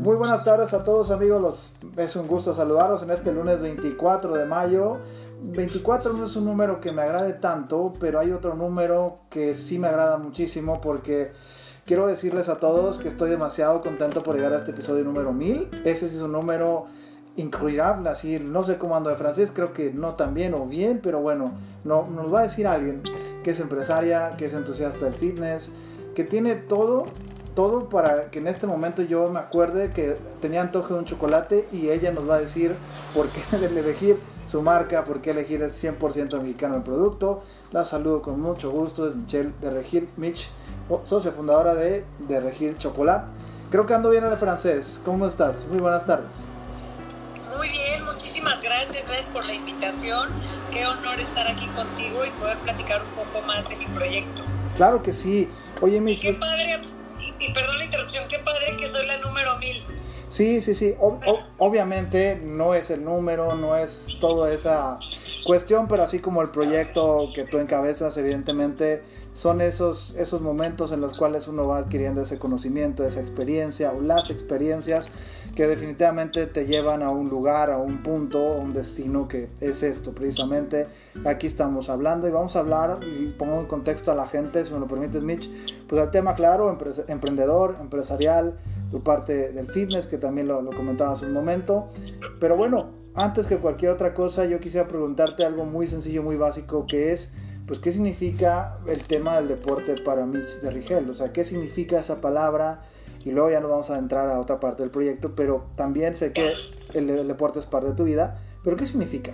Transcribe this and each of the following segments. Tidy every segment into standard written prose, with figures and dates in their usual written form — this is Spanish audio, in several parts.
Muy buenas tardes a todos, amigos. Es un gusto saludarlos en este lunes 24 de mayo. 24 no es un número que me agrade tanto, pero hay otro número que sí me agrada muchísimo porque quiero decirles a todos que estoy demasiado contento por llegar a este episodio número 1000. Ese sí es un número increíble, así no sé cómo ando de francés, creo que no tan bien o bien, pero bueno, nos va a decir alguien que es empresaria, que es entusiasta del fitness, que tiene todo para que en este momento yo me acuerde que tenía antojo de un chocolate y ella nos va a decir por qué elegir su marca, por qué elegir el 100% mexicano el producto. La saludo con mucho gusto, es Michelle de Regil, Mitch, socia fundadora de Regil Chocolate. Creo que ando bien en el francés. ¿Cómo estás? Muy buenas tardes. Muy bien, muchísimas gracias por la invitación. Qué honor estar aquí contigo y poder platicar un poco más de mi proyecto. Claro que sí. Oye, Mitch, qué padre, y perdón la interrupción, qué padre que soy la número 1000. Sí. Obviamente no es el número, no es toda esa cuestión, pero así como el proyecto que tú encabezas, evidentemente son esos momentos en los cuales uno va adquiriendo ese conocimiento, esa experiencia o las experiencias que definitivamente te llevan a un lugar, a un punto, a un destino que es esto precisamente. Aquí estamos hablando y vamos a hablar, y pongo en contexto a la gente, si me lo permites, Mitch, pues el tema claro, emprendedor, empresarial, tu parte del fitness, que también lo comentaba hace un momento. Pero bueno, antes que cualquier otra cosa, yo quisiera preguntarte algo muy sencillo, muy básico, que es, pues, ¿qué significa el tema del deporte para Mitch de Regil? O sea, ¿qué significa esa palabra? Y luego ya nos vamos a entrar a otra parte del proyecto, pero también sé que el deporte es parte de tu vida, pero ¿qué significa?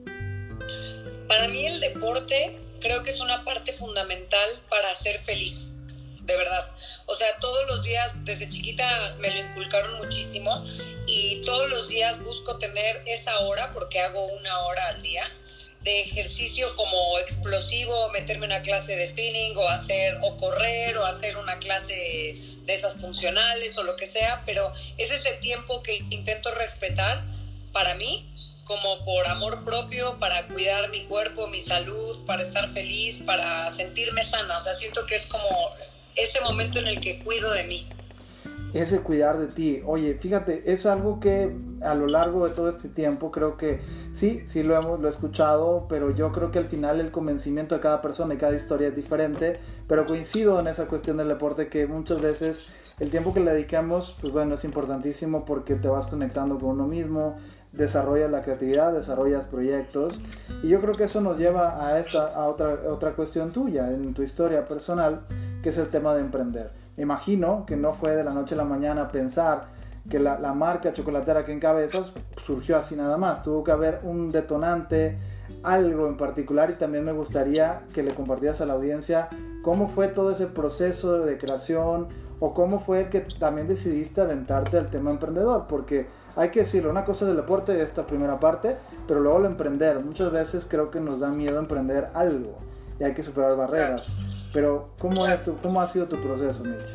Para mí el deporte creo que es una parte fundamental para ser feliz, de verdad. O sea, todos los días, desde chiquita me lo inculcaron muchísimo y todos los días busco tener esa hora, porque hago 1 hora al día, de ejercicio como explosivo, meterme en una clase de spinning o correr o hacer una clase de esas funcionales o lo que sea, pero es ese tiempo que intento respetar para mí, como por amor propio, para cuidar mi cuerpo, mi salud, para estar feliz, para sentirme sana. O sea, siento que es como ese momento en el que cuido de mí. Ese cuidar de ti. Oye, fíjate, es algo que a lo largo de todo este tiempo creo que sí lo he escuchado, pero yo creo que al final el convencimiento de cada persona y cada historia es diferente, pero coincido en esa cuestión del deporte, que muchas veces el tiempo que le dedicamos, pues bueno, es importantísimo porque te vas conectando con uno mismo, desarrollas la creatividad, desarrollas proyectos, y yo creo que eso nos lleva a otra cuestión tuya en tu historia personal, que es el tema de emprender. Me imagino que no fue de la noche a la mañana pensar que la marca chocolatera que encabezas surgió así nada más. Tuvo que haber un detonante, algo en particular, y también me gustaría que le compartieras a la audiencia cómo fue todo ese proceso de creación, o cómo fue que también decidiste aventarte al tema emprendedor, porque hay que decirlo, una cosa es el deporte, esta primera parte, pero luego lo emprender. Muchas veces creo que nos da miedo emprender algo y hay que superar barreras. Pero ¿cómo ha sido tu proceso, Mitch?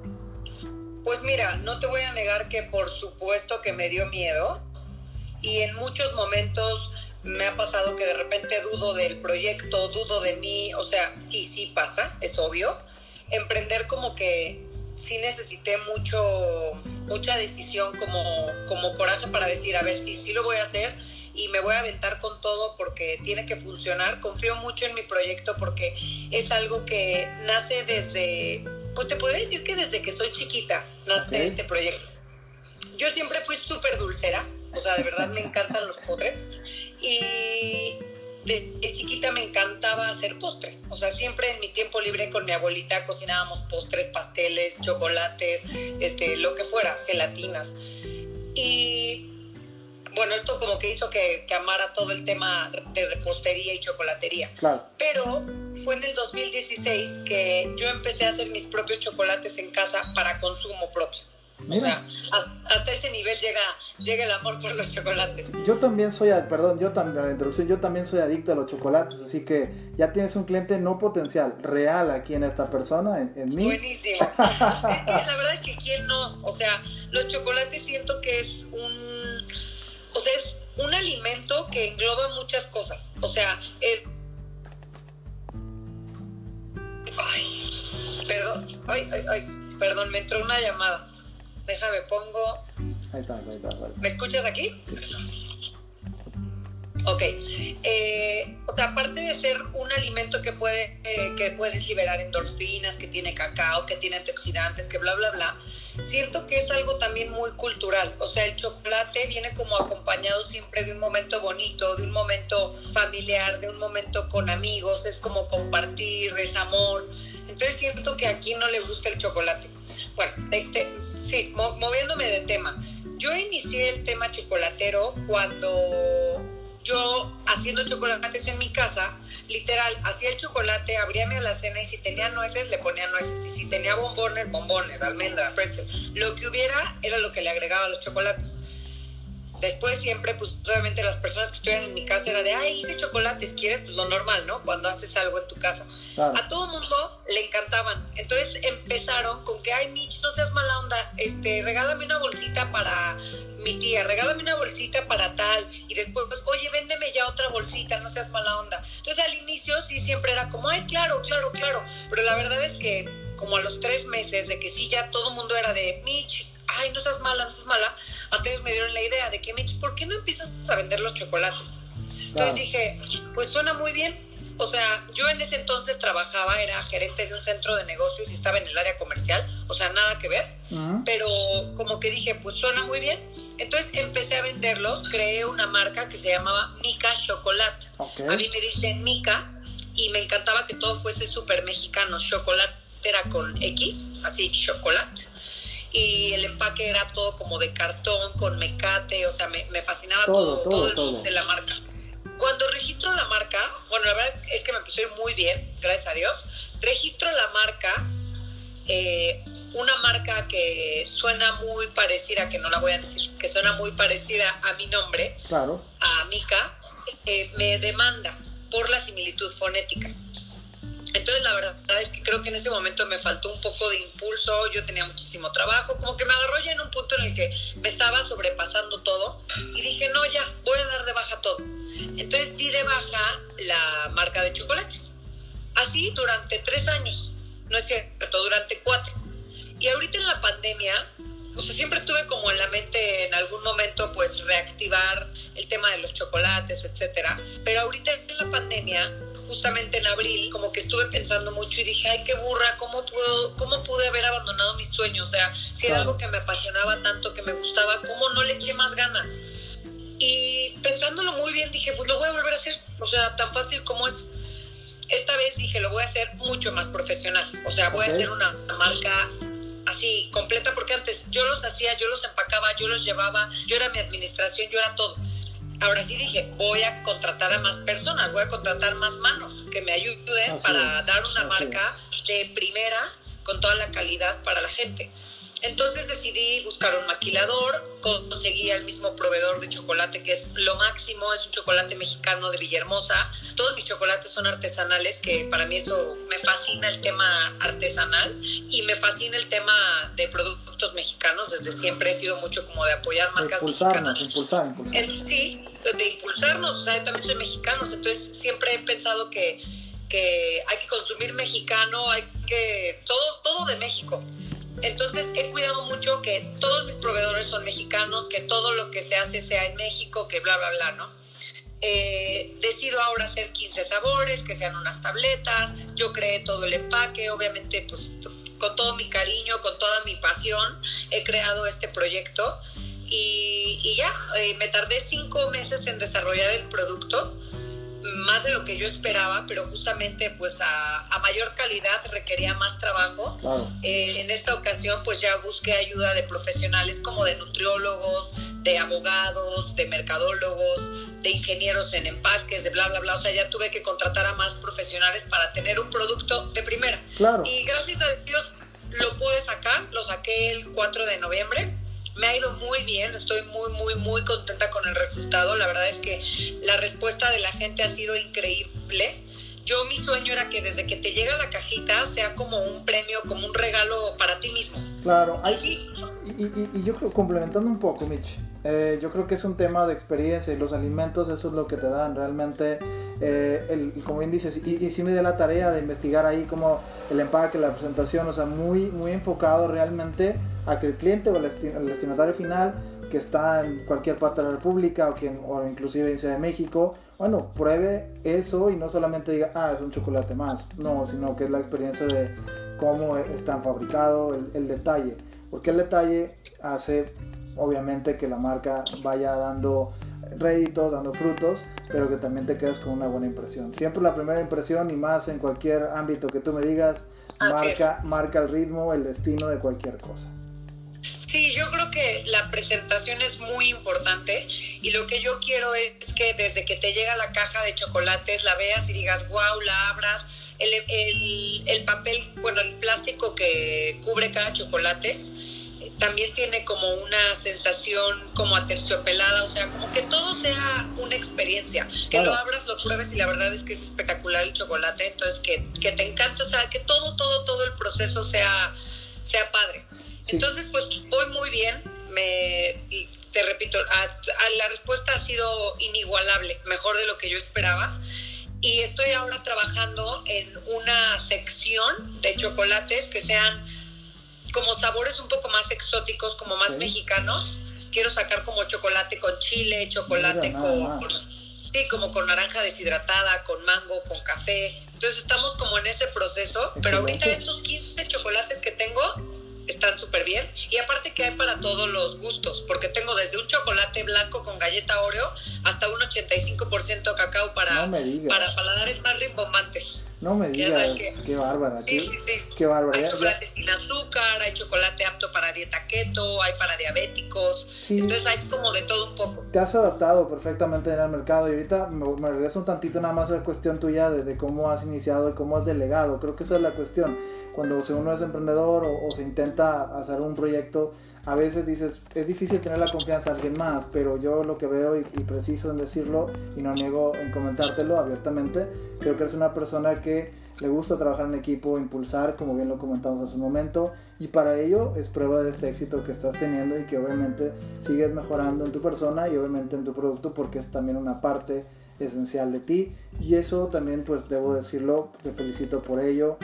Pues mira, no te voy a negar que por supuesto que me dio miedo, y en muchos momentos me ha pasado que de repente dudo del proyecto, dudo de mí. O sea, sí pasa, es obvio. Emprender como que sí necesité mucha decisión, como coraje para decir, a ver, sí lo voy a hacer y me voy a aventar con todo porque tiene que funcionar. Confío mucho en mi proyecto porque es algo que nace desde, pues te podría decir que desde que soy chiquita nace este proyecto. Yo siempre fui súper dulcera, o sea, de verdad me encantan los postres, y de chiquita me encantaba hacer postres. O sea, siempre en mi tiempo libre con mi abuelita cocinábamos postres, pasteles, chocolates, lo que fuera, gelatinas. Y bueno, esto como que hizo que amara todo el tema de repostería y chocolatería. Claro. Pero fue en el 2016 que yo empecé a hacer mis propios chocolates en casa para consumo propio. Mira. O sea, hasta ese nivel llega el amor por los chocolates. Yo también soy adicto a los chocolates, así que ya tienes un cliente no potencial, real aquí en esta persona, en mí. Buenísimo. Es que la verdad es que quién no, o sea, los chocolates siento que es un alimento que engloba muchas cosas. O sea, perdón, me entró una llamada. Déjame pongo Ahí está. ¿Me escuchas aquí? Ok. O sea, aparte de ser un alimento que puedes liberar endorfinas, que tiene cacao, que tiene antioxidantes, que bla, bla, bla, siento que es algo también muy cultural. O sea, el chocolate viene como acompañado siempre de un momento bonito, de un momento familiar, de un momento con amigos, es como compartir, es amor. Entonces siento que aquí no le gusta el chocolate. Bueno, sí, moviéndome de tema. Yo inicié el tema chocolatero cuando yo, haciendo chocolates en mi casa, literal, hacía el chocolate, abría mi alacena y si tenía nueces, le ponía nueces. Y si tenía bombones, almendras, pretzel, lo que hubiera era lo que le agregaba a los chocolates. Después siempre, pues obviamente las personas que estuvieran en mi casa era de, ay, hice chocolates, ¿quieres? Pues lo normal, ¿no? Cuando haces algo en tu casa. Claro. A todo mundo le encantaban. Entonces empezaron con que, ay, Mitch, no seas mala onda, regálame una bolsita para mi tía, regálame una bolsita para tal. Y después, pues, oye, véndeme ya otra bolsita, no seas mala onda. Entonces al inicio sí siempre era como, ay, claro. Pero la verdad es que como a los 3 meses de que sí ya todo el mundo era de, Mitch, ay, no seas mala, hasta ellos me dieron la idea de que, Mitch, ¿por qué no empiezas a vender los chocolates? Entonces dije, pues suena muy bien. O sea, yo en ese entonces era gerente de un centro de negocios y estaba en el área comercial, o sea, nada que ver, pero como que dije, pues suena muy bien. Entonces empecé a venderlos, creé una marca que se llamaba Mica Chocolate. Okay. A mí me dicen Mica y me encantaba que todo fuese súper mexicano. Chocolate era con X, así, chocolate. Y el empaque era todo como de cartón, con mecate, o sea, me fascinaba todo de la marca. Cuando registro la marca, bueno, la verdad es que me empezó a ir muy bien, gracias a Dios. Registro la marca, una marca que suena muy parecida, que no la voy a decir, que suena muy parecida a mi nombre, claro, a Mica, me demanda por la similitud fonética. Entonces la verdad es que creo que en ese momento me faltó un poco de impulso, yo tenía muchísimo trabajo, como que me agarró ya en un punto en el que me estaba sobrepasando todo y dije, no, ya, voy a dar de baja todo. Entonces di de baja la marca de chocolates. Así durante 3 años, no es cierto, durante 4. Y ahorita en la pandemia, o sea, siempre tuve como en la mente en algún momento pues reactivar el tema de los chocolates, etcétera. Pero ahorita en la pandemia, justamente en abril, como que estuve pensando mucho y dije, ay, qué burra, ¿cómo pude haber abandonado mi sueño? O sea, si era algo que me apasionaba tanto, que me gustaba, ¿cómo no le eché más ganas? Y pensándolo muy bien dije, pues lo voy a volver a hacer, o sea, tan fácil como es. Esta vez dije, lo voy a hacer mucho más profesional, o sea, voy a hacer una marca así, completa, porque antes yo los hacía, yo los empacaba, yo los llevaba, yo era mi administración, yo era todo. Ahora sí dije, voy a contratar a más personas, voy a contratar más manos que me ayuden para dar una marca de primera con toda la calidad para la gente. Entonces decidí buscar un maquilador, conseguí al mismo proveedor de chocolate que es lo máximo, es un chocolate mexicano de Villahermosa. Todos mis chocolates son artesanales, que para mí eso me fascina, el tema artesanal, y me fascina el tema de productos mexicanos. Desde siempre he sido mucho como de apoyar marcas mexicanas. Impulsar. Sí, de impulsarnos, o sea, yo también soy mexicano, entonces siempre he pensado que hay que consumir mexicano, hay que todo de México. Entonces he cuidado mucho que todos mis proveedores son mexicanos, que todo lo que se hace sea en México, que bla, bla, bla, ¿no? Decido ahora hacer 15 sabores, que sean unas tabletas. Yo creé todo el empaque, obviamente, pues con todo mi cariño, con toda mi pasión, he creado este proyecto y ya, me tardé 5 meses en desarrollar el producto, más de lo que yo esperaba, pero justamente pues a mayor calidad requería más trabajo. Claro. En esta ocasión pues ya busqué ayuda de profesionales como de nutriólogos, de abogados, de mercadólogos, de ingenieros en empaques, de bla, bla, bla. O sea, ya tuve que contratar a más profesionales para tener un producto de primera. Claro. Y gracias a Dios lo pude sacar, lo saqué el 4 de noviembre. Me ha ido muy bien, estoy muy contenta con el resultado. La verdad es que la respuesta de la gente ha sido increíble. Mi sueño era que desde que te llega la cajita sea como un premio, como un regalo para ti mismo. Claro, y yo creo, complementando un poco, Mitch, yo creo que es un tema de experiencia y los alimentos, eso es lo que te dan realmente. Como bien dices, y sí me di la tarea de investigar ahí como el empaque, la presentación, o sea, muy enfocado realmente a que el cliente o el destinatario final que está en cualquier parte de la República o inclusive en Ciudad de México, bueno, pruebe eso y no solamente diga, es un chocolate más, no, sino que es la experiencia de cómo están fabricados, el detalle, porque el detalle hace obviamente que la marca vaya dando réditos, dando frutos, pero que también te quedes con una buena impresión. Siempre la primera impresión, y más en cualquier ámbito que tú me digas, marca el ritmo, el destino de cualquier cosa. Sí, yo creo que la presentación es muy importante y lo que yo quiero es que desde que te llega la caja de chocolates la veas y digas, wow, la abras, el papel, bueno, el plástico que cubre cada chocolate también tiene como una sensación como aterciopelada, o sea, como que todo sea una experiencia, que lo abras, lo pruebes y la verdad es que es espectacular el chocolate, entonces que te encanta, o sea, que todo el proceso sea padre. Sí. Entonces, pues voy muy bien, te repito, la respuesta ha sido inigualable, mejor de lo que yo esperaba. Y estoy ahora trabajando en una sección de chocolates que sean como sabores un poco más exóticos, como más mexicanos. Quiero sacar como chocolate con chile, chocolate como con naranja deshidratada, con mango, con café. Entonces estamos como en ese proceso, pero ahorita estos 15 chocolates que tengo están súper bien, y aparte que hay para todos los gustos, porque tengo desde un chocolate blanco con galleta Oreo hasta un 85% cacao para paladares más rimbombantes. No me digas, qué bárbara. Sí. Qué bárbara. Hay chocolate sin azúcar, hay chocolate apto para dieta keto, hay para diabéticos, entonces hay como de todo un poco. Te has adaptado perfectamente en el mercado, y ahorita me regreso un tantito nada más a la cuestión tuya de cómo has iniciado y cómo has delegado. Creo que esa es la cuestión. Cuando uno es emprendedor o se intenta hacer un proyecto, a veces dices, es difícil tener la confianza de alguien más, pero yo lo que veo y preciso en decirlo, y no niego en comentártelo abiertamente, creo que eres una persona que le gusta trabajar en equipo, impulsar, como bien lo comentamos hace un momento, y para ello es prueba de este éxito que estás teniendo y que obviamente sigues mejorando en tu persona y obviamente en tu producto, porque es también una parte esencial de ti, y eso también, pues debo decirlo, te felicito por ello.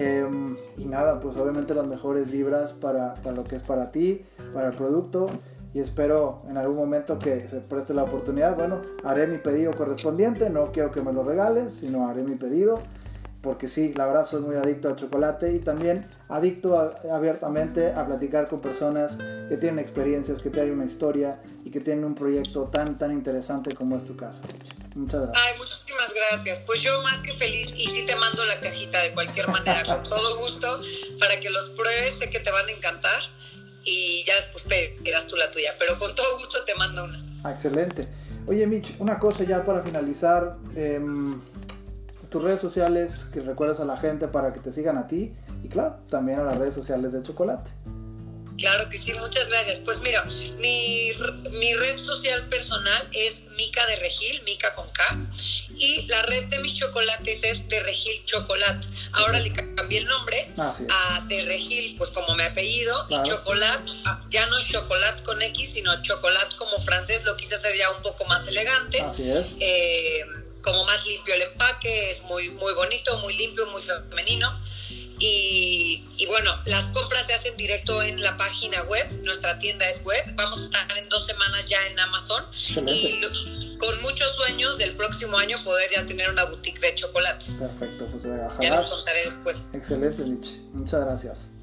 Y nada, pues obviamente las mejores vibras para lo que es para ti, para el producto, y espero en algún momento que se preste la oportunidad. Bueno, haré mi pedido correspondiente, no quiero que me lo regales, sino haré mi pedido, porque sí, la verdad soy muy adicto al chocolate, y también adicto abiertamente a platicar con personas que tienen experiencias, que tienen una historia y que tienen un proyecto tan interesante como es tu caso. Muchas gracias. Ay, muchísimas gracias. Pues yo más que feliz, y sí te mando la cajita de cualquier manera, con todo gusto, para que los pruebes, sé que te van a encantar, y ya después pedirás tú la tuya, pero con todo gusto te mando una. Excelente. Oye, Mitch, una cosa ya para finalizar, tus redes sociales, que recuerdes a la gente para que te sigan a ti, y claro, también a las redes sociales de Chocolate. Claro que sí, muchas gracias. Pues mira, mi red social personal es Mica de Regil, Mica con K, y la red de mis chocolates es de Regil Chocolate. Ahora le cambié el nombre a de Regil, pues como mi apellido, claro. Y Chocolate, ya no es Chocolate con X, sino Chocolate como francés, lo quise hacer ya un poco más elegante. Así es. Como más limpio el empaque, es muy bonito, muy limpio, muy femenino. Y bueno, las compras se hacen directo en la página web, nuestra tienda es web, vamos a estar en 2 semanas ya en Amazon. Excelente. Y con muchos sueños del próximo año poder ya tener una boutique de chocolates. Perfecto, pues ojalá. Ya les contaré después. Excelente, Mitch, muchas gracias.